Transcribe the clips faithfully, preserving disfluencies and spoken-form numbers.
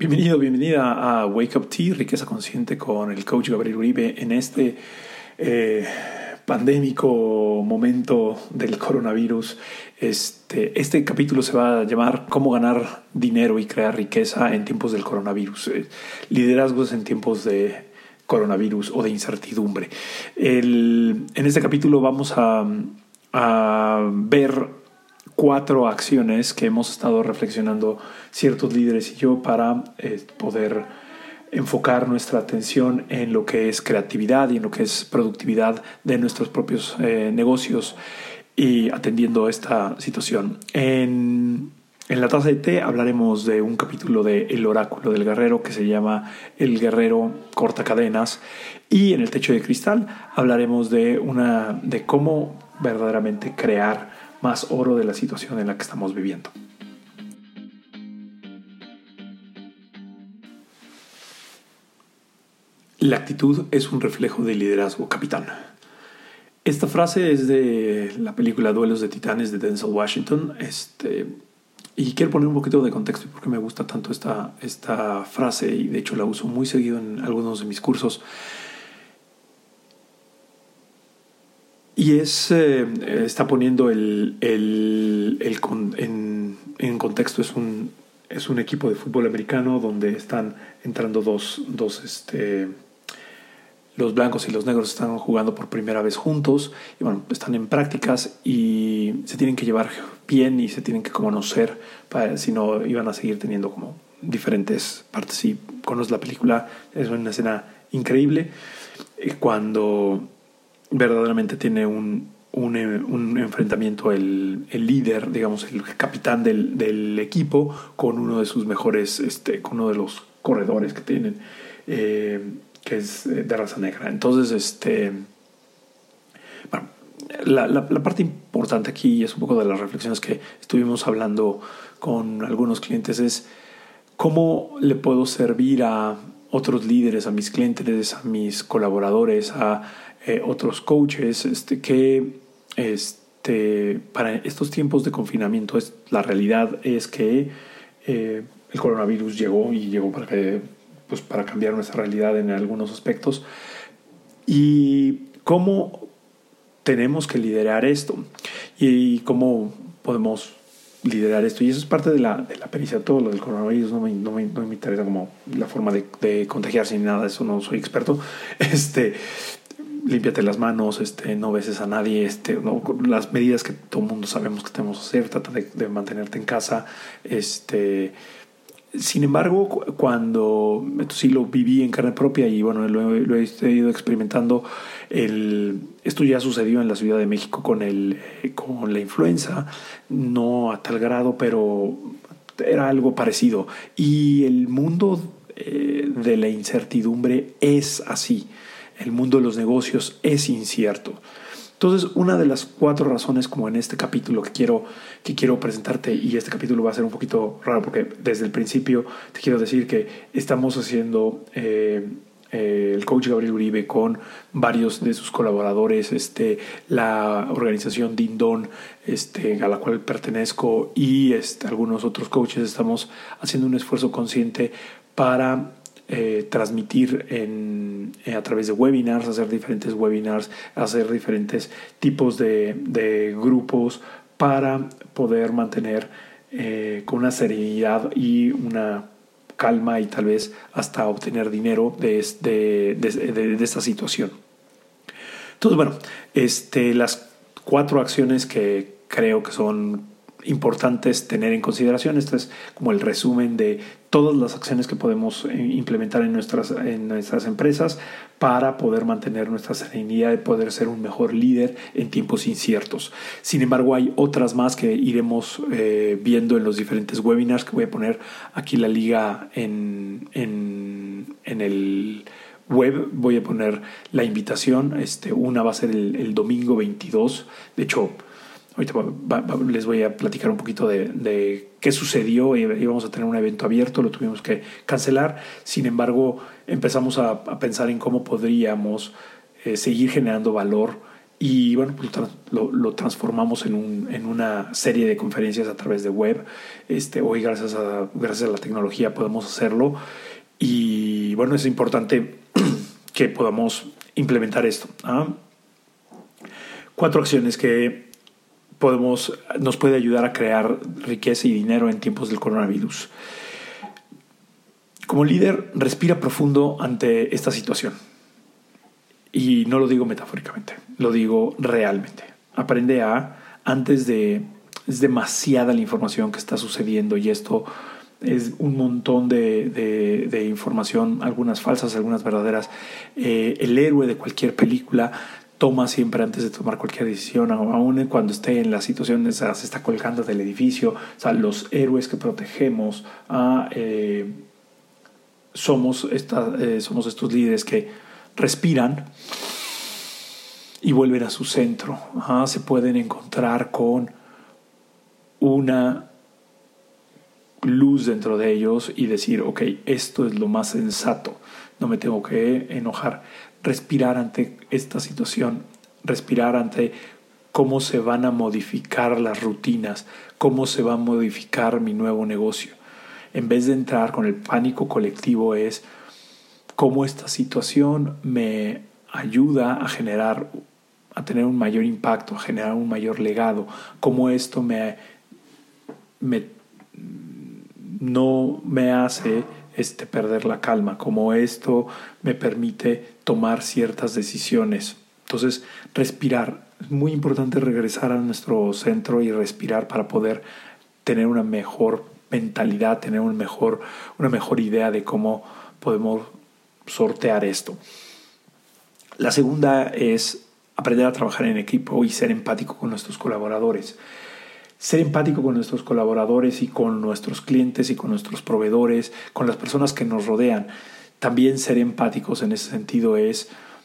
Bienvenido, bienvenida a Wake Up Tea, Riqueza Consciente con el coach Gabriel Uribe en este eh, pandémico momento del coronavirus. Este, este capítulo se va a llamar Cómo ganar dinero y crear riqueza en tiempos del coronavirus. Eh, liderazgos en tiempos de coronavirus o de incertidumbre. El, en este capítulo vamos a, a ver cuatro acciones que hemos estado reflexionando ciertos líderes y yo para eh, poder enfocar nuestra atención en lo que es creatividad y en lo que es productividad de nuestros propios eh, negocios y atendiendo esta situación. En, en la taza de té hablaremos de un capítulo de El Oráculo del Guerrero que se llama El Guerrero Corta Cadenas, y en el Techo de Cristal hablaremos de, una, de cómo verdaderamente crear más oro de la situación en la que estamos viviendo. La actitud es un reflejo del liderazgo, capitán. Esta frase es de la película Duelos de Titanes de Denzel Washington. Este, y quiero poner un poquito de contexto porque me gusta tanto esta, esta frase, y de hecho la uso muy seguido en algunos de mis cursos. Y es, eh, está poniendo el, el, el con, en, en contexto, es un, es un equipo de fútbol americano donde están entrando dos, dos este, los blancos y los negros están jugando por primera vez juntos, y bueno, están en prácticas y se tienen que llevar bien y se tienen que conocer, para, si no iban a seguir teniendo como diferentes partes. Si conoces la película, es una escena increíble cuando verdaderamente tiene un, un, un enfrentamiento el, el líder, digamos, el capitán del, del equipo con uno de sus mejores, este, con uno de los corredores que tienen, eh, que es de raza negra. Entonces, este, bueno, la, la, la parte importante aquí, es un poco de las reflexiones que estuvimos hablando con algunos clientes, es cómo le puedo servir a otros líderes, a mis clientes, a mis colaboradores, a Eh, otros coaches, este, que este, para estos tiempos de confinamiento es, la realidad es que eh, el coronavirus llegó y llegó para, que, pues, para cambiar nuestra realidad en algunos aspectos, y cómo tenemos que liderar esto y cómo podemos liderar esto. Y eso es parte de la, de la pericia. Todo lo del coronavirus no me, no me, no me interesa como la forma de, de contagiarse ni nada de eso, no soy experto. Este límpiate las manos, este, no beses a nadie, este, no, las medidas que todo el mundo sabemos que tenemos que hacer, trata de, de mantenerte en casa. Este, sin embargo, cuando esto sí lo viví en carne propia y bueno, lo, lo he ido experimentando, el, esto ya sucedió en la Ciudad de México con, el, con la influenza, no a tal grado, pero era algo parecido. Y el mundo eh, de la incertidumbre es así. El mundo de los negocios es incierto. Entonces, una de las cuatro razones, como en este capítulo que quiero, que quiero presentarte, y este capítulo va a ser un poquito raro porque desde el principio te quiero decir que estamos haciendo eh, eh, el coach Gabriel Uribe con varios de sus colaboradores, este, la organización Dindón, este, a la cual pertenezco, y este, algunos otros coaches. Estamos haciendo un esfuerzo consciente para Eh, transmitir en, eh, a través de webinars, hacer diferentes webinars, hacer diferentes tipos de, de grupos para poder mantener eh, con una serenidad y una calma y tal vez hasta obtener dinero de, de, de, de, de esta situación. Entonces, bueno, este, las cuatro acciones que creo que son importantes tener en consideración. Este es como el resumen de todas las acciones que podemos implementar en nuestras, en nuestras empresas para poder mantener nuestra serenidad y poder ser un mejor líder en tiempos inciertos. Sin embargo, hay otras más que iremos eh, viendo en los diferentes webinars, que voy a poner aquí la liga en, en, en el web. Voy a poner la invitación. Este, una va a ser el, el domingo veintidós. De hecho, ahorita va, va, les voy a platicar un poquito de, de qué sucedió. Íbamos a tener un evento abierto, lo tuvimos que cancelar. Sin embargo, empezamos a, a pensar en cómo podríamos eh, seguir generando valor y bueno, pues lo, lo transformamos en, un, en una serie de conferencias a través de web. Este, hoy gracias a, gracias a la tecnología podemos hacerlo, y bueno, es importante que podamos implementar esto. ¿Ah? Cuatro acciones que podemos, nos puede ayudar a crear riqueza y dinero en tiempos del coronavirus. Como líder, respira profundo ante esta situación. Y no lo digo metafóricamente, lo digo realmente. Aprende a, antes de, es demasiada la información que está sucediendo, y esto es un montón de, de, de información, algunas falsas, algunas verdaderas. Eh, el héroe de cualquier película toma siempre, antes de tomar cualquier decisión, aún cuando esté en la situación, se está colgando del edificio. O sea, los héroes que protegemos a, eh, somos, esta, eh, somos estos líderes que respiran y vuelven a su centro. Ajá, se pueden encontrar con una luz dentro de ellos y decir, ok, esto es lo más sensato, no me tengo que enojar. Respirar ante esta situación, respirar ante cómo se van a modificar las rutinas, cómo se va a modificar mi nuevo negocio. En vez de entrar con el pánico colectivo, es cómo esta situación me ayuda a generar, a tener un mayor impacto, a generar un mayor legado, cómo esto me, me no me hace este, perder la calma, cómo esto me permite tomar ciertas decisiones. Entonces, respirar. Es muy importante regresar a nuestro centro y respirar para poder tener una mejor mentalidad, tener un mejor, una mejor idea de cómo podemos sortear esto. La segunda es aprender a trabajar en equipo y ser empático con nuestros colaboradores. Ser empático con nuestros colaboradores y con nuestros clientes y con nuestros proveedores, con las personas que nos rodean. También ser empáticos en ese sentido es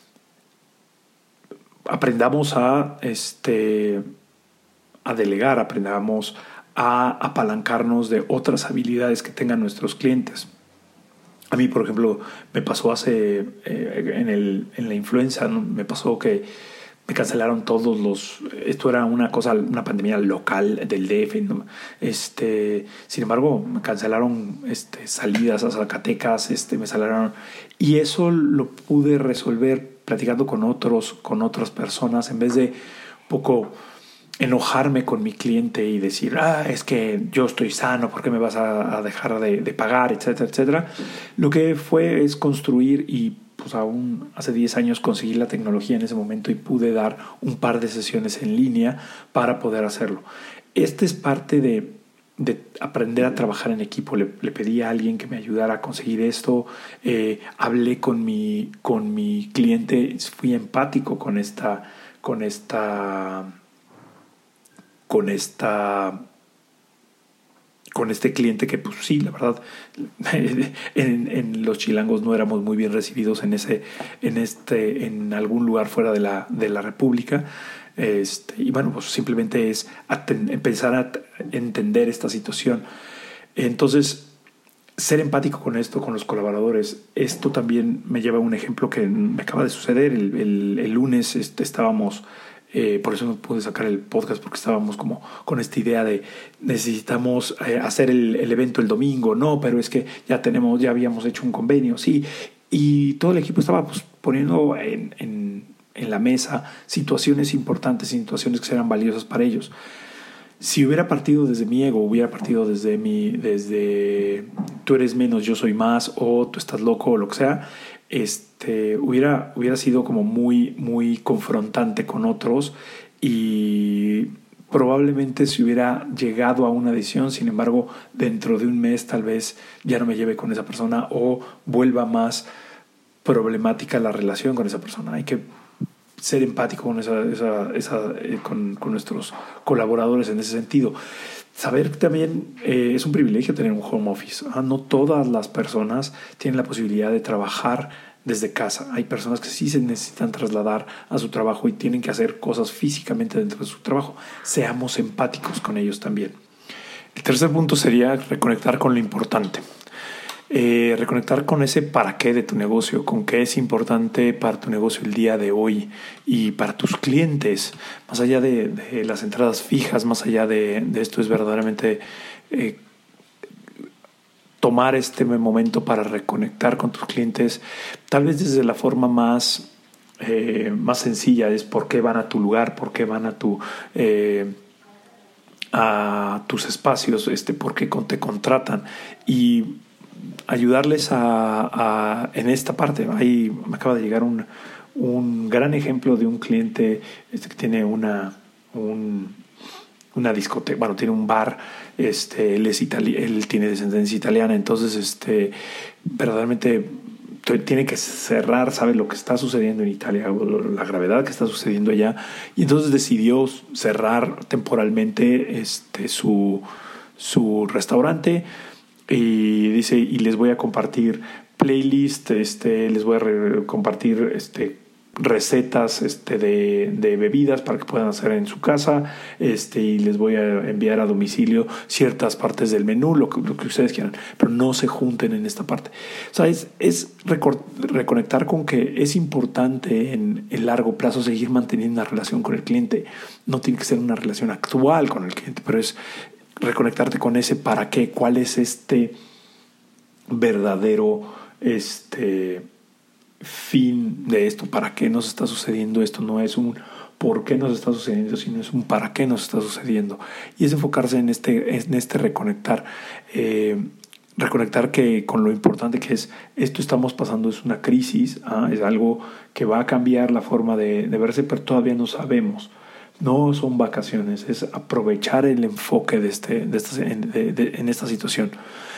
aprendamos a, este, a delegar, aprendamos a apalancarnos de otras habilidades que tengan nuestros clientes. A mí, por ejemplo, me pasó hace, eh, en, el, en la influenza, ¿no? Me pasó que me cancelaron todos los... Esto era una cosa, una pandemia local del D F, ¿no? Este, sin embargo, me cancelaron este, salidas a Zacatecas, este, me salaron... Y eso lo pude resolver platicando con otros, con otras personas, en vez de un poco enojarme con mi cliente y decir, ah, es que yo estoy sano, ¿por qué me vas a, a dejar de, de pagar, etcétera, etcétera? Lo que fue es construir, y pues aún hace diez años conseguí la tecnología en ese momento y pude dar un par de sesiones en línea para poder hacerlo. Este es parte de, de aprender a trabajar en equipo. Le, le pedí a alguien que me ayudara a conseguir esto, eh, hablé con mi, con mi cliente, fui empático con esta, con esta, con esta con este cliente que pues sí, la verdad, en, en los chilangos no éramos muy bien recibidos en ese, en este, en algún lugar fuera de la, de la República. Este, y bueno, pues simplemente es aten- empezar a t- entender esta situación. Entonces, ser empático con esto, con los colaboradores. Esto también me lleva a un ejemplo que me acaba de suceder. El, el, el lunes este, estábamos... Eh, por eso no pude sacar el podcast, porque estábamos como con esta idea de necesitamos eh, hacer el, el evento el domingo. No, pero es que ya tenemos, ya habíamos hecho un convenio, sí. Y todo el equipo estaba pues, poniendo en, en, en la mesa situaciones importantes, situaciones que serán valiosas para ellos. Si hubiera partido desde mi ego, hubiera partido desde mi, desde tú eres menos, yo soy más, o tú estás loco, o lo que sea, este, hubiera, hubiera sido como muy, muy confrontante con otros, y probablemente se hubiera llegado a una decisión. Sin embargo, dentro de un mes tal vez ya no me lleve con esa persona o vuelva más problemática la relación con esa persona. Hay que ser empático con, esa, esa, esa, eh, con, con nuestros colaboradores en ese sentido. Saber que también eh, es un privilegio tener un home office. ¿Ah? No todas las personas tienen la posibilidad de trabajar desde casa. Hay personas que sí se necesitan trasladar a su trabajo y tienen que hacer cosas físicamente dentro de su trabajo. Seamos empáticos con ellos también. El tercer punto sería reconectar con lo importante. Eh, reconectar con ese para qué de tu negocio, con qué es importante para tu negocio el día de hoy y para tus clientes, más allá de, de las entradas fijas, más allá de, de esto es verdaderamente eh, tomar este momento para reconectar con tus clientes, tal vez desde la forma más, eh, más sencilla, es por qué van a tu lugar, por qué van a tu... Eh, a tus espacios, este, por qué te contratan y ayudarles a, a en esta parte. Ahí me acaba de llegar un, un gran ejemplo de un cliente este, que tiene una un, una discoteca, bueno, tiene un bar, este, él es itali- él tiene descendencia italiana, entonces este verdaderamente tiene que cerrar, sabe lo que está sucediendo en Italia, la gravedad que está sucediendo allá, y entonces decidió cerrar temporalmente este su su restaurante. Y dice, y les voy a compartir playlist, este, les voy a re- compartir este, recetas este, de, de bebidas para que puedan hacer en su casa, este, y les voy a enviar a domicilio ciertas partes del menú, lo que, lo que ustedes quieran, pero no se junten en esta parte. O sea, es, es recor- reconectar con que es importante en el largo plazo seguir manteniendo una relación con el cliente. No tiene que ser una relación actual con el cliente, pero es reconectarte con ese para qué, cuál es este verdadero este fin de esto, para qué nos está sucediendo esto. No es un por qué nos está sucediendo, sino es un para qué nos está sucediendo, y es enfocarse en este, en este reconectar eh, reconectar que con lo importante que es esto. Estamos pasando, es una crisis, ¿ah? Es algo que va a cambiar la forma de, de verse, pero todavía no sabemos. No son vacaciones, es aprovechar el enfoque de, este, de, esta, de, de, en esta situación.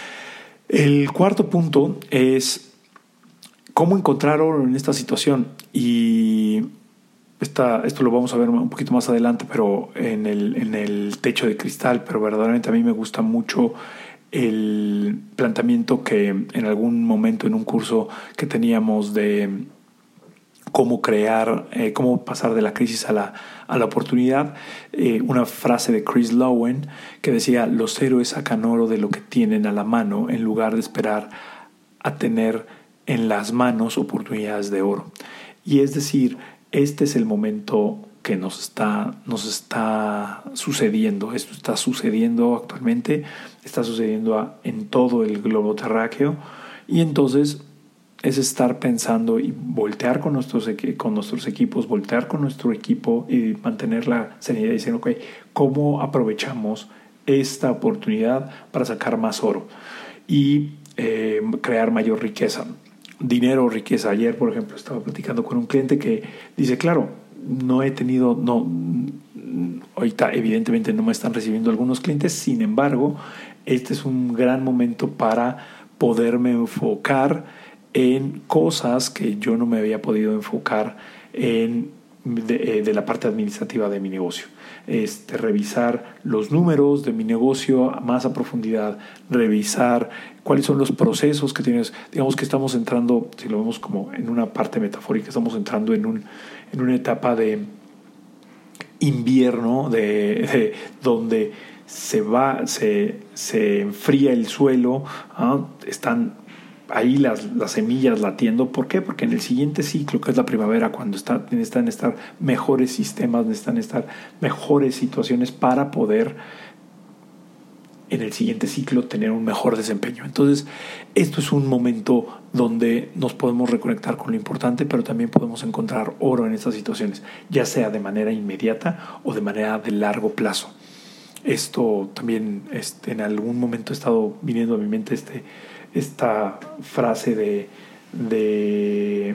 El cuarto punto es cómo encontrar oro en esta situación. Y esta, esto lo vamos a ver un poquito más adelante, pero en el, en el techo de cristal. Pero verdaderamente a mí me gusta mucho el planteamiento que en algún momento en un curso que teníamos de cómo crear, eh, cómo pasar de la crisis a la, a la oportunidad, eh, una frase de Chris Lowen que decía: los héroes sacan oro de lo que tienen a la mano en lugar de esperar a tener en las manos oportunidades de oro. Y es decir, este es el momento que nos está, nos está sucediendo. Esto está sucediendo actualmente, está sucediendo a, en todo el globo terráqueo, y entonces es estar pensando y voltear con nuestros, con nuestros equipos, voltear con nuestro equipo y mantener la serenidad diciendo, ok, ¿cómo aprovechamos esta oportunidad para sacar más oro y eh, crear mayor riqueza? Dinero, riqueza. Ayer, por ejemplo, estaba platicando con un cliente que dice, claro, no he tenido, no, ahorita evidentemente no me están recibiendo algunos clientes, sin embargo, este es un gran momento para poderme enfocar en cosas que yo no me había podido enfocar en de, de la parte administrativa de mi negocio. Este, revisar los números de mi negocio más a profundidad, revisar cuáles son los procesos que tienes. Digamos que estamos entrando, si lo vemos como en una parte metafórica, estamos entrando en, un, en una etapa de invierno, de, de donde se va, se, se enfría el suelo, ¿ah? Están ahí las, las semillas latiendo. ¿Por qué? Porque en el siguiente ciclo, que es la primavera, cuando está, necesitan estar mejores sistemas, necesitan estar mejores situaciones para poder en el siguiente ciclo tener un mejor desempeño. Entonces, esto es un momento donde nos podemos reconectar con lo importante, pero también podemos encontrar oro en estas situaciones, ya sea de manera inmediata o de manera de largo plazo. Esto también este, en algún momento ha estado viniendo a mi mente este esta frase de, de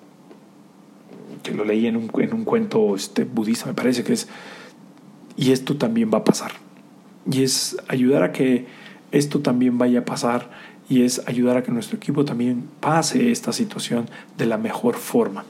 que lo leí en un, en un cuento este, budista, me parece que es, y esto también va a pasar, y es ayudar a que esto también vaya a pasar, y es ayudar a que nuestro equipo también pase esta situación de la mejor forma.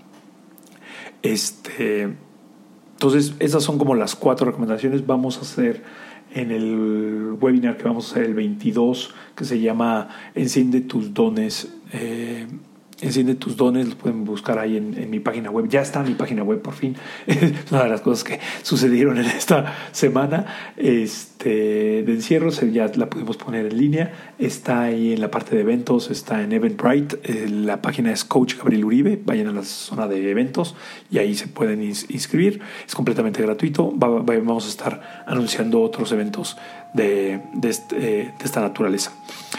Este, entonces esas son como las cuatro recomendaciones. Vamos a hacer en el webinar que vamos a hacer el veintidós, que se llama Enciende tus dones, eh, Enciende tus dones, lo pueden buscar ahí en, en mi página web. Ya está mi página web por fin. Es una de las cosas que sucedieron en esta semana este, de encierro. Ya la pudimos poner en línea. Está ahí en la parte de eventos, está en Eventbrite. Eh, la página es Coach Gabriel Uribe. Vayan a la zona de eventos y ahí se pueden ins- inscribir. Es completamente gratuito. Va, va, vamos a estar anunciando otros eventos de, de, este, eh, de esta naturaleza.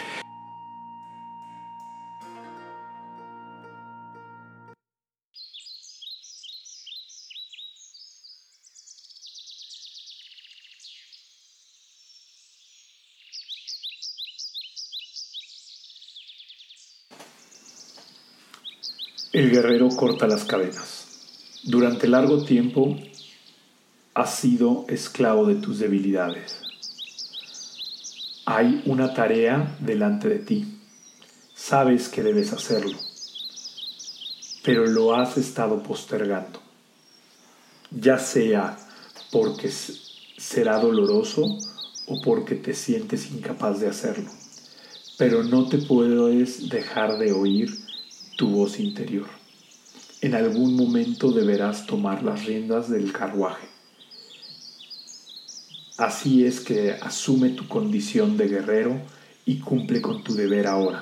El guerrero corta las cadenas. Durante largo tiempo has sido esclavo de tus debilidades. Hay una tarea delante de ti. Sabes que debes hacerlo, pero lo has estado postergando. Ya sea porque será doloroso o porque te sientes incapaz de hacerlo. Pero no te puedes dejar de oír tu voz interior. En algún momento deberás tomar las riendas del carruaje. Así es que asume tu condición de guerrero y cumple con tu deber ahora.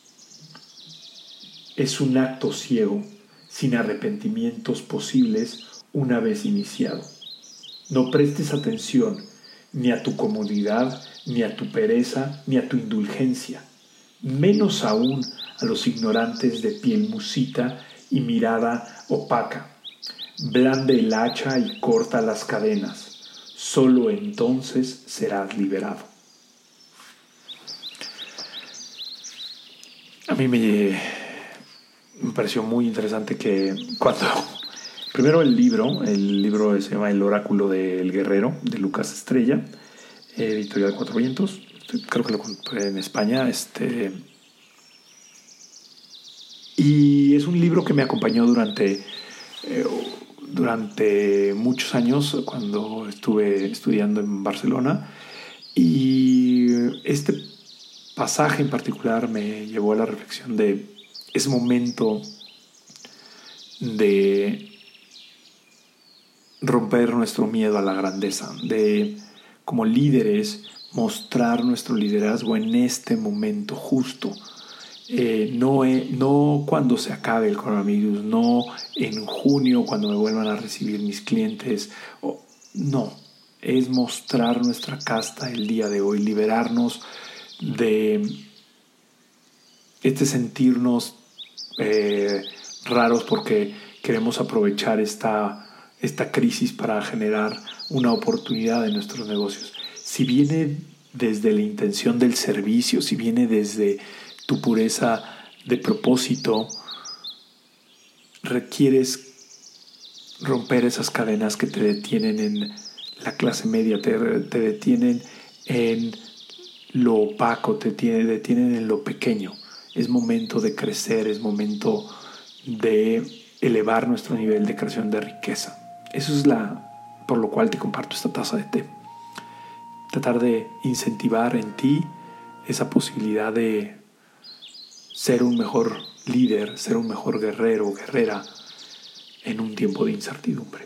Es un acto ciego, sin arrepentimientos posibles una vez iniciado. No prestes atención ni a tu comodidad, ni a tu pereza, ni a tu indulgencia, menos aún a los ignorantes de piel musita y mirada opaca. Blande el hacha y corta las cadenas. Solo entonces serás liberado. A mí me, me pareció muy interesante que cuando... Primero el libro, el libro se llama El oráculo del guerrero, de Lucas Estrella, editorial Cuatro Vientos. Creo que lo compré en España. Este... Y es un libro que me acompañó durante, eh, durante muchos años cuando estuve estudiando en Barcelona. Y este pasaje en particular me llevó a la reflexión de ese momento de romper nuestro miedo a la grandeza, de como líderes mostrar nuestro liderazgo en este momento justo. Eh, no, eh, no cuando se acabe el coronavirus, no en junio cuando me vuelvan a recibir mis clientes, oh, no, es mostrar nuestra casta el día de hoy, liberarnos de este sentirnos eh, raros porque queremos aprovechar esta, esta crisis para generar una oportunidad en nuestros negocios. Si viene desde la intención del servicio, si viene desde tu pureza de propósito, requieres romper esas cadenas que te detienen en la clase media, te, te detienen en lo opaco, te tiene, detienen en lo pequeño. Es momento de crecer, es momento de elevar nuestro nivel de creación de riqueza. Eso es la por lo cual te comparto esta taza de té. Tratar de incentivar en ti esa posibilidad de ser un mejor líder, ser un mejor guerrero o guerrera en un tiempo de incertidumbre.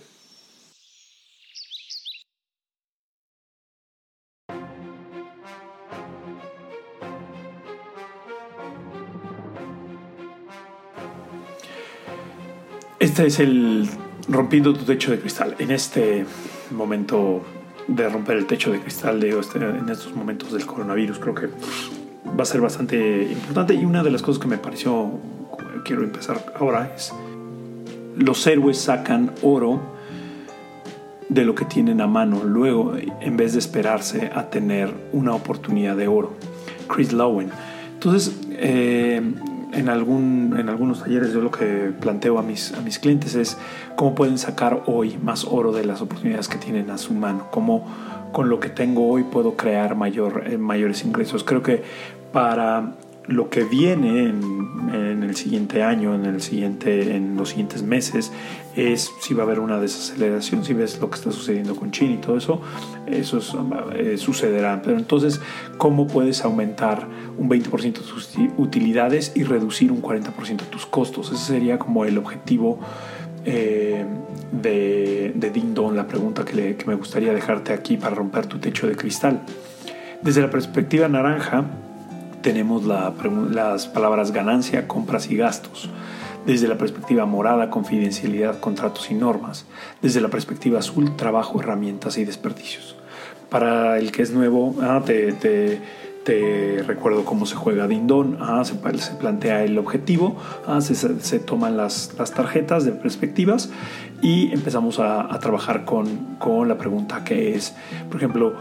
Este es el rompiendo tu techo de cristal. En este momento de romper el techo de cristal, de este, en estos momentos del coronavirus, creo que va a ser bastante importante. Y una de las cosas que me pareció, quiero empezar ahora, es los héroes sacan oro de lo que tienen a mano luego, en vez de esperarse a tener una oportunidad de oro. Chris Lowen. Entonces, eh, en, algún, en algunos talleres yo lo que planteo a mis, a mis clientes es cómo pueden sacar hoy más oro de las oportunidades que tienen a su mano, cómo con lo que tengo hoy puedo crear mayor, eh, mayores ingresos. Creo que para lo que viene en, en el siguiente año, en, el siguiente, en los siguientes meses, es si va a haber una desaceleración. Si ves lo que está sucediendo con China y todo eso, eso es, eh, sucederá. Pero entonces, ¿cómo puedes aumentar un veinte por ciento tus utilidades y reducir un cuarenta por ciento tus costos? Ese sería como el objetivo eh, de, de Ding Dong, la pregunta que, le, que me gustaría dejarte aquí para romper tu techo de cristal. Desde la perspectiva naranja, tenemos la, las palabras ganancia, compras y gastos. Desde la perspectiva morada, confidencialidad, contratos y normas. Desde la perspectiva azul, trabajo, herramientas y desperdicios. Para el que es nuevo, ah, te, te, te recuerdo cómo se juega Ding Dong. Ah, se, se plantea el objetivo, ah, se, se toman las, las tarjetas de perspectivas y empezamos a, a trabajar con, con la pregunta que es, por ejemplo,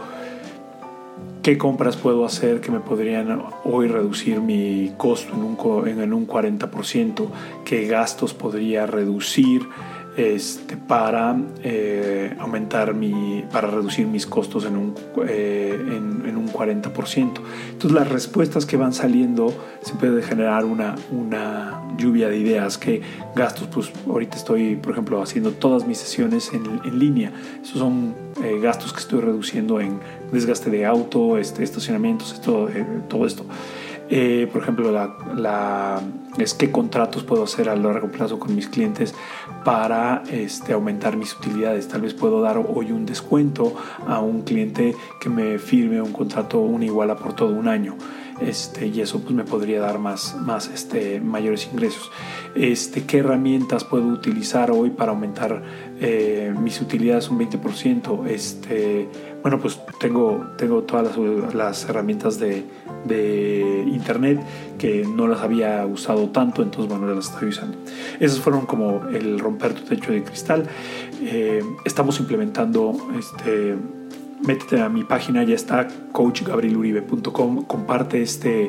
¿qué compras puedo hacer que me podrían hoy reducir mi costo en un, en un cuarenta por ciento? ¿Qué gastos podría reducir este, para, eh, aumentar mi, para reducir mis costos en un, eh, en, en un cuarenta por ciento? Entonces las respuestas que van saliendo se puede generar una, una lluvia de ideas. ¿Qué gastos? Pues ahorita estoy, por ejemplo, haciendo todas mis sesiones en, en línea. Esos son eh, gastos que estoy reduciendo en desgaste de auto, este, estacionamientos, esto, eh, todo esto. Eh, por ejemplo, la, la, es qué contratos puedo hacer a largo plazo con mis clientes para este, aumentar mis utilidades. Tal vez puedo dar hoy un descuento a un cliente que me firme un contrato una iguala por todo un año. Este, y eso pues me podría dar más, más este, mayores ingresos. Este, ¿qué herramientas puedo utilizar hoy para aumentar eh, mis utilidades un veinte por ciento? Este, bueno, pues tengo, tengo todas las, las herramientas de, de internet que no las había usado tanto, entonces bueno, las estoy usando. Esos fueron como el romper tu techo de cristal. Eh, estamos implementando este métete a mi página, ya está, coach gabriel uribe punto com, comparte este,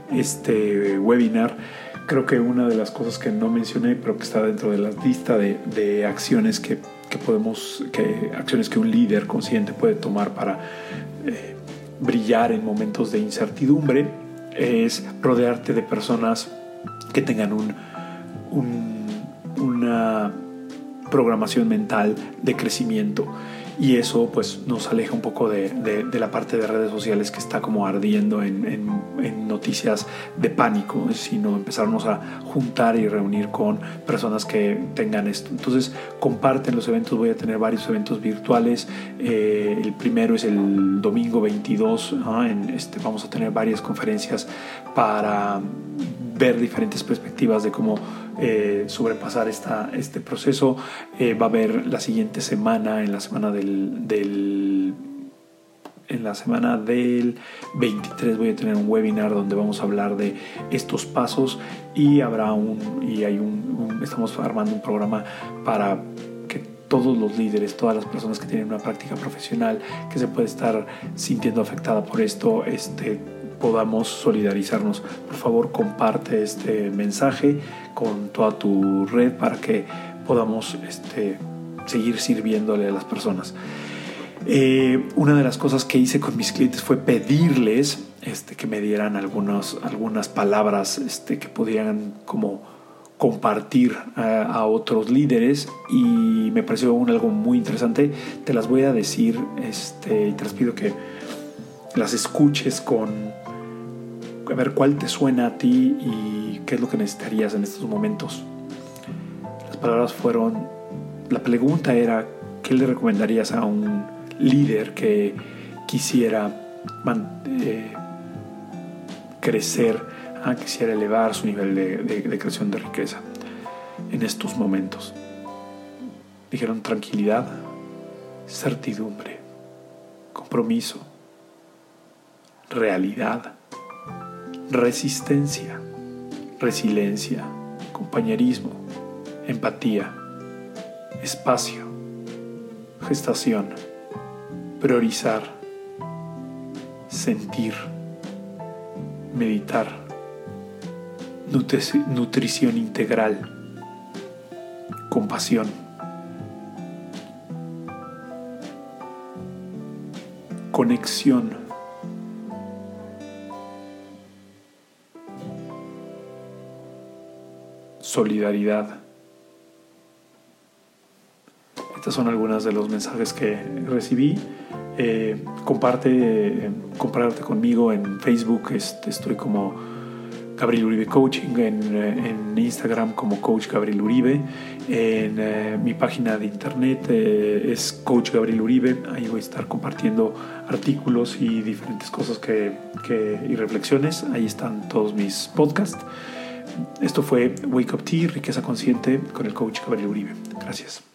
este webinar. Creo que una de las cosas que no mencioné, pero que está dentro de la lista de, de acciones que, que podemos, que, acciones que un líder consciente puede tomar para eh, brillar en momentos de incertidumbre, es rodearte de personas que tengan un, un, una programación mental de crecimiento. Y eso pues nos aleja un poco de, de, de la parte de redes sociales que está como ardiendo en, en, en noticias de pánico, sino empezarnos a juntar y reunir con personas que tengan esto. Entonces comparten los eventos. Voy a tener varios eventos virtuales. Eh, el primero es el domingo veintidós, ¿no? En este, vamos a tener varias conferencias para ver diferentes perspectivas de cómo Eh, sobrepasar esta, este proceso. Eh, va a haber la siguiente semana, en la semana del, del en la semana del veintitrés voy a tener un webinar donde vamos a hablar de estos pasos y habrá un y hay un, un estamos armando un programa para que todos los líderes, todas las personas que tienen una práctica profesional que se puede estar sintiendo afectada por esto, este podamos solidarizarnos. Por favor, comparte este mensaje con toda tu red para que podamos este, seguir sirviéndole a las personas. Eh, una de las cosas que hice con mis clientes fue pedirles este, que me dieran algunos, algunas palabras este, que pudieran como compartir a, a otros líderes, y me pareció un, algo muy interesante. Te las voy a decir este, y te les pido que las escuches con a ver cuál te suena a ti y qué es lo que necesitarías en estos momentos. Las palabras fueron, la pregunta era, ¿qué le recomendarías a un líder que quisiera man, eh, crecer, ah, quisiera elevar su nivel de, de, de creación de riqueza en estos momentos? Dijeron tranquilidad, certidumbre, compromiso, realidad, resistencia, resiliencia, compañerismo, empatía, espacio, gestación, priorizar, sentir, meditar, nutri- nutrición integral, compasión, conexión, solidaridad. Estas son algunas de los mensajes que recibí. Eh, comparte, eh, comparte conmigo en Facebook. Este, estoy como Gabriel Uribe Coaching, en, en Instagram como Coach Gabriel Uribe, en eh, mi página de internet eh, es Coach Gabriel Uribe. Ahí voy a estar compartiendo artículos y diferentes cosas que, que, y reflexiones. Ahí están todos mis podcasts. Esto fue Wake Up Tea, Riqueza Consciente, con el Coach Gabriel Uribe. Gracias.